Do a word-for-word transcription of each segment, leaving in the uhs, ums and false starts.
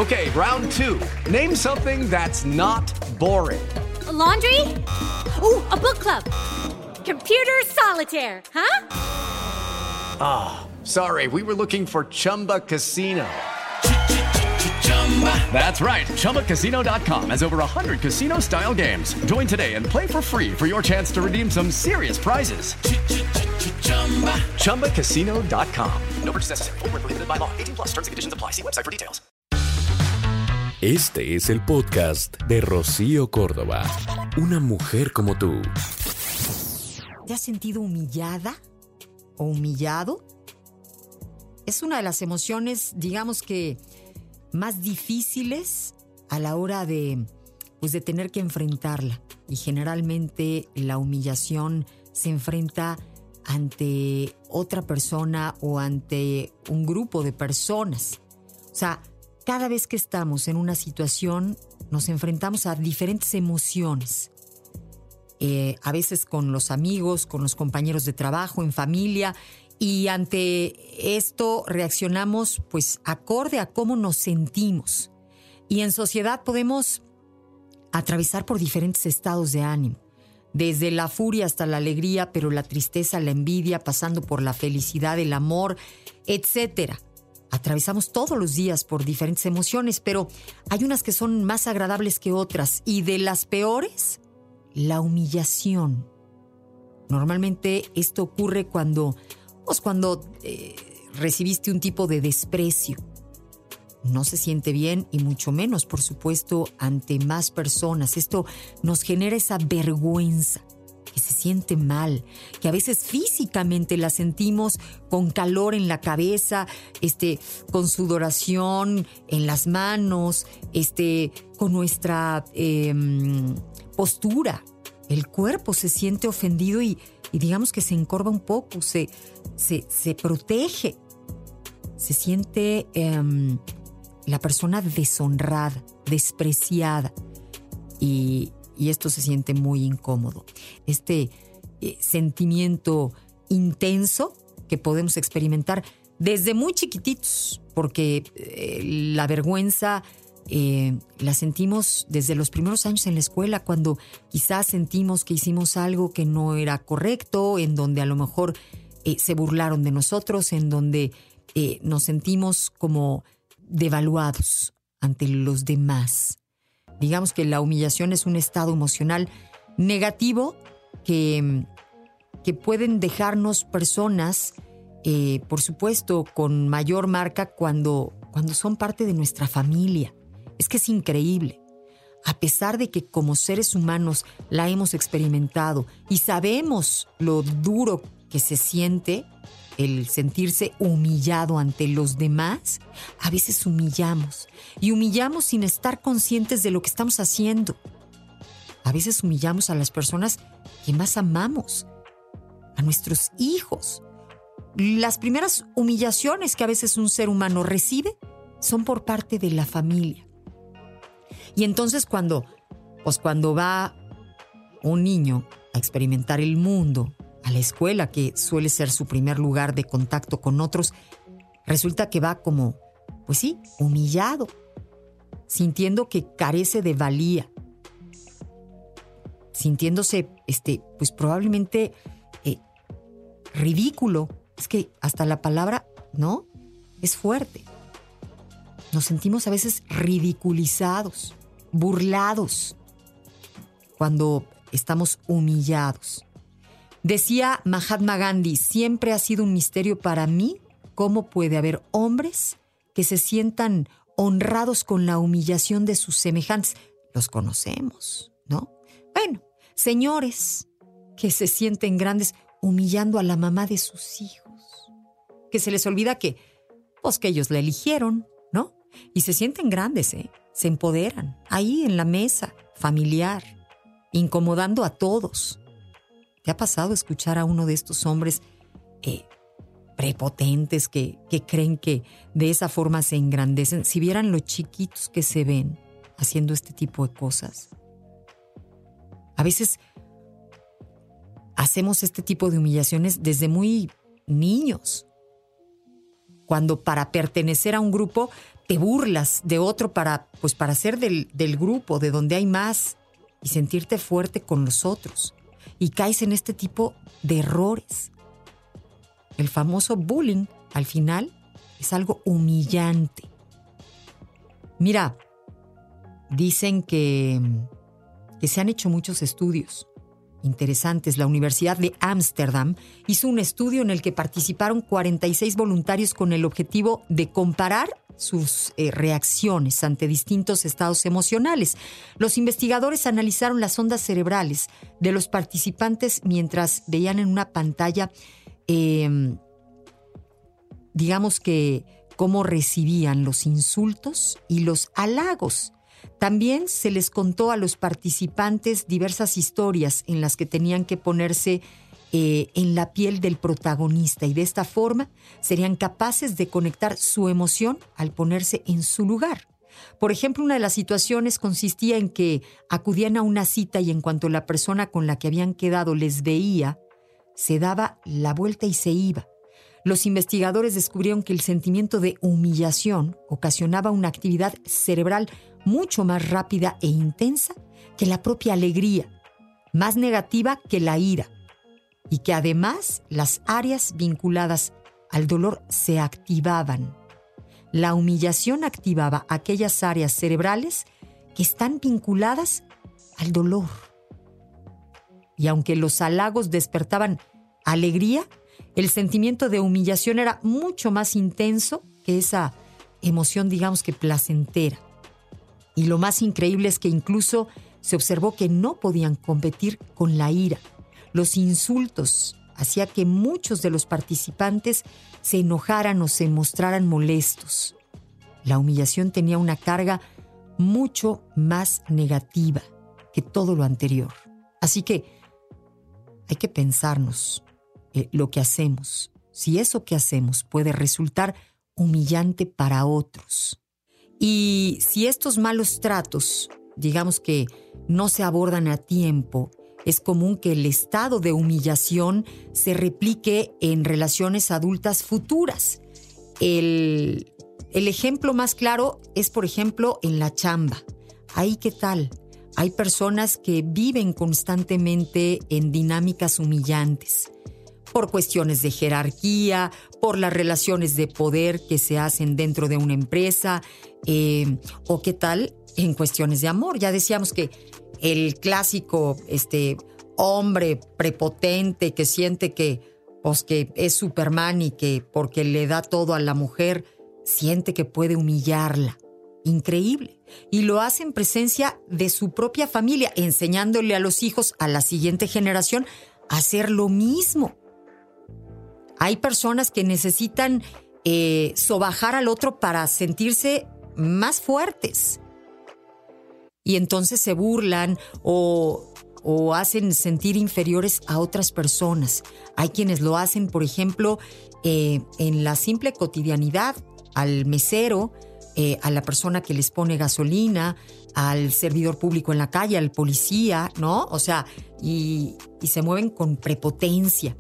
Okay, round two. Name something that's not boring. A laundry? Ooh, a book club. Computer solitaire, huh? Ah, oh, sorry, we were looking for Chumba Casino. That's right. Chumba Casino dot com has over one hundred casino-style games. Join today and play for free for your chance to redeem some serious prizes. Chumba Casino dot com. No purchase necessary. Void where prohibited by law. eighteen plus terms and conditions apply. See website for details. Este es el podcast de Rocío Córdoba. Una mujer como tú. ¿Te has sentido humillada o humillado? Es una de las emociones, digamos que, más difíciles a la hora de, pues, de tener que enfrentarla. Y generalmente la humillación se enfrenta ante otra persona o ante un grupo de personas. O sea, cada vez que estamos en una situación nos enfrentamos a diferentes emociones. Eh, a veces con los amigos, con los compañeros de trabajo, en familia. Y ante esto reaccionamos pues acorde a cómo nos sentimos. Y en sociedad podemos atravesar por diferentes estados de ánimo. Desde la furia hasta la alegría, pero la tristeza, la envidia, pasando por la felicidad, el amor, etcétera. Atravesamos todos los días por diferentes emociones, pero hay unas que son más agradables que otras. Y de las peores, la humillación. Normalmente esto ocurre cuando... Pues cuando eh, recibiste un tipo de desprecio. No se siente bien y mucho menos, por supuesto, ante más personas. Esto nos genera esa vergüenza, que se siente mal, que a veces físicamente la sentimos con calor en la cabeza, este, con sudoración en las manos, este, con nuestra eh, postura. El cuerpo se siente ofendido y, y digamos que se encorva un poco, se, se, se protege. Se siente eh, la persona deshonrada, despreciada. Y, y esto se siente muy incómodo. Este eh, sentimiento intenso que podemos experimentar desde muy chiquititos, porque eh, la vergüenza... Eh, la sentimos desde los primeros años en la escuela, cuando quizás sentimos que hicimos algo que no era correcto, en donde a lo mejor eh, se burlaron de nosotros, en donde eh, nos sentimos como devaluados ante los demás. Digamos que la humillación es un estado emocional negativo que, que pueden dejarnos personas, eh, por supuesto, con mayor marca cuando, cuando son parte de nuestra familia. Es que es increíble. A pesar de que como seres humanos la hemos experimentado y sabemos lo duro que se siente el sentirse humillado ante los demás, a veces humillamos. Y humillamos sin estar conscientes de lo que estamos haciendo. A veces humillamos a las personas que más amamos, a nuestros hijos. Las primeras humillaciones que a veces un ser humano recibe son por parte de la familia. Y entonces cuando, pues cuando va un niño a experimentar el mundo, a la escuela, que suele ser su primer lugar de contacto con otros, resulta que va como, pues sí, humillado, sintiendo que carece de valía, sintiéndose, este, pues probablemente eh, ridículo. Es que hasta la palabra, ¿no?, es fuerte. Nos sentimos a veces ridiculizados, burlados, cuando estamos humillados. Decía Mahatma Gandhi, siempre ha sido un misterio para mí cómo puede haber hombres que se sientan honrados con la humillación de sus semejantes. Los conocemos, ¿no? Bueno, señores que se sienten grandes humillando a la mamá de sus hijos, que se les olvida que, pues que ellos la eligieron, ¿no? Y se sienten grandes, ¿eh? Se empoderan ahí en la mesa familiar, incomodando a todos. ¿Te ha pasado escuchar a uno de estos hombres eh, prepotentes que, que creen que de esa forma se engrandecen? Si vieran lo chiquitos que se ven haciendo este tipo de cosas. A veces hacemos este tipo de humillaciones desde muy niños. cuando para pertenecer a un grupo te burlas de otro para, pues para ser del, del grupo, de donde hay más, y sentirte fuerte con los otros. Y caes en este tipo de errores. El famoso bullying, al final, es algo humillante. Mira, dicen que, que se han hecho muchos estudios interesantes. La Universidad de Ámsterdam hizo un estudio en el que participaron cuarenta y seis voluntarios con el objetivo de comparar sus eh, reacciones ante distintos estados emocionales. Los investigadores analizaron las ondas cerebrales de los participantes mientras veían en una pantalla, eh, digamos que, cómo recibían los insultos y los halagos. También se les contó a los participantes diversas historias en las que tenían que ponerse eh, en la piel del protagonista, y de esta forma serían capaces de conectar su emoción al ponerse en su lugar. Por ejemplo, una de las situaciones consistía en que acudían a una cita y en cuanto la persona con la que habían quedado les veía, se daba la vuelta y se iba. Los investigadores descubrieron que el sentimiento de humillación ocasionaba una actividad cerebral mucho más rápida e intensa que la propia alegría, más negativa que la ira, y que además las áreas vinculadas al dolor se activaban. La humillación activaba aquellas áreas cerebrales que están vinculadas al dolor. Y aunque los halagos despertaban alegría, el sentimiento de humillación era mucho más intenso que esa emoción, digamos que placentera. Y lo más increíble es que incluso se observó que no podían competir con la ira. Los insultos hacían que muchos de los participantes se enojaran o se mostraran molestos. La humillación tenía una carga mucho más negativa que todo lo anterior. Así que hay que pensarnos eh, lo que hacemos, si eso que hacemos puede resultar humillante para otros. Y si estos malos tratos, digamos que no se abordan a tiempo, es común que el estado de humillación se replique en relaciones adultas futuras. El, el ejemplo más claro es, por ejemplo, en la chamba. Ahí, ¿qué tal? Hay personas que viven constantemente en dinámicas humillantes, por cuestiones de jerarquía, por las relaciones de poder que se hacen dentro de una empresa, eh, o qué tal en cuestiones de amor. Ya decíamos que el clásico este, hombre prepotente que siente que, pues, que es Superman y que porque le da todo a la mujer, siente que puede humillarla. Increíble. Y lo hace en presencia de su propia familia, enseñándole a los hijos, a la siguiente generación, a hacer lo mismo. Hay personas que necesitan eh, sobajar al otro para sentirse más fuertes. Y entonces se burlan o, o hacen sentir inferiores a otras personas. Hay quienes lo hacen, por ejemplo, eh, en la simple cotidianidad, al mesero, eh, a la persona que les pone gasolina, al servidor público en la calle, al policía, ¿no? O sea, y, y se mueven con prepotencia.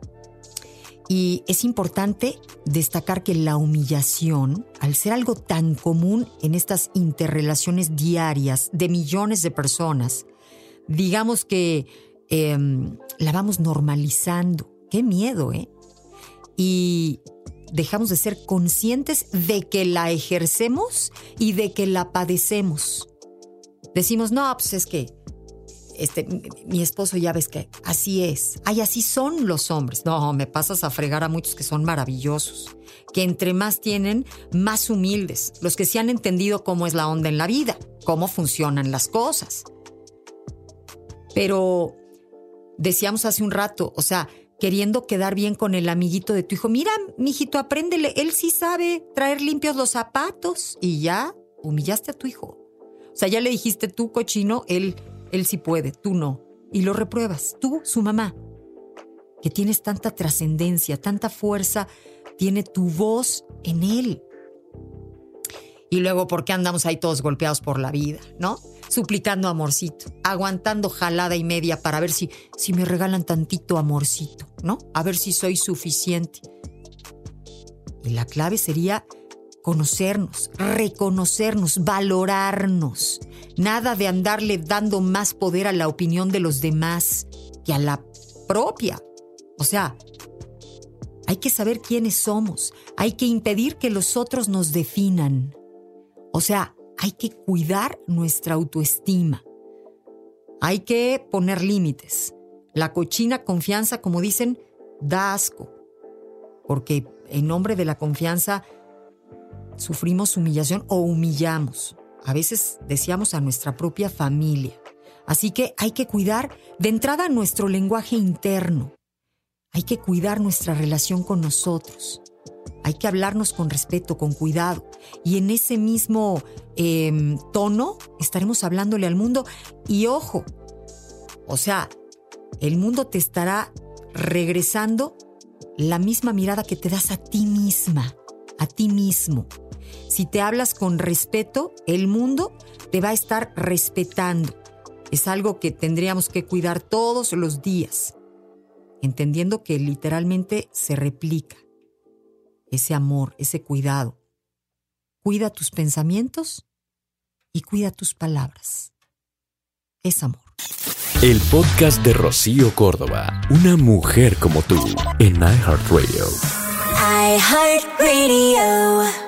Y es importante destacar que la humillación, al ser algo tan común en estas interrelaciones diarias de millones de personas, digamos que eh, la vamos normalizando. ¡Qué miedo, eh! Y dejamos de ser conscientes de que la ejercemos y de que la padecemos. Decimos, no, pues es que Este, mi, mi esposo ya ves que así es. Ay, así son los hombres. No, me pasas a fregar a muchos que son maravillosos, que entre más tienen, más humildes, los que sí han entendido cómo es la onda en la vida, cómo funcionan las cosas. Pero decíamos hace un rato, o sea, queriendo quedar bien con el amiguito de tu hijo, mira, mijito, apréndele, él sí sabe traer limpios los zapatos, y ya humillaste a tu hijo. O sea, ya le dijiste tú, cochino, él... Él sí puede, tú no. Y lo repruebas, tú, su mamá. Que tienes tanta trascendencia, tanta fuerza, tiene tu voz en él. Y luego, ¿por qué andamos ahí todos golpeados por la vida, no? Suplicando amorcito, aguantando jalada y media para ver si, si me regalan tantito amorcito, ¿no? A ver si soy suficiente. Y la clave sería conocernos, reconocernos, valorarnos. Nada de andarle dando más poder a la opinión de los demás que a la propia. O sea, hay que saber quiénes somos. Hay que impedir que los otros nos definan. O sea, hay que cuidar nuestra autoestima. Hay que poner límites. La cochina confianza, como dicen, da asco. Porque en nombre de la confianza sufrimos humillación o humillamos. A veces deseamos a nuestra propia familia. Así que hay que cuidar de entrada nuestro lenguaje interno. Hay que cuidar nuestra relación con nosotros. Hay que hablarnos con respeto, con cuidado. Y en ese mismo eh, tono estaremos hablándole al mundo. Y ojo, o sea, el mundo te estará regresando la misma mirada que te das a ti misma, a ti mismo. Si te hablas con respeto, el mundo te va a estar respetando. Es algo que tendríamos que cuidar todos los días, entendiendo que literalmente se replica ese amor, ese cuidado. Cuida tus pensamientos y cuida tus palabras. Es amor. El podcast de Rocío Córdoba, una mujer como tú, en iHeartRadio. iHeartRadio.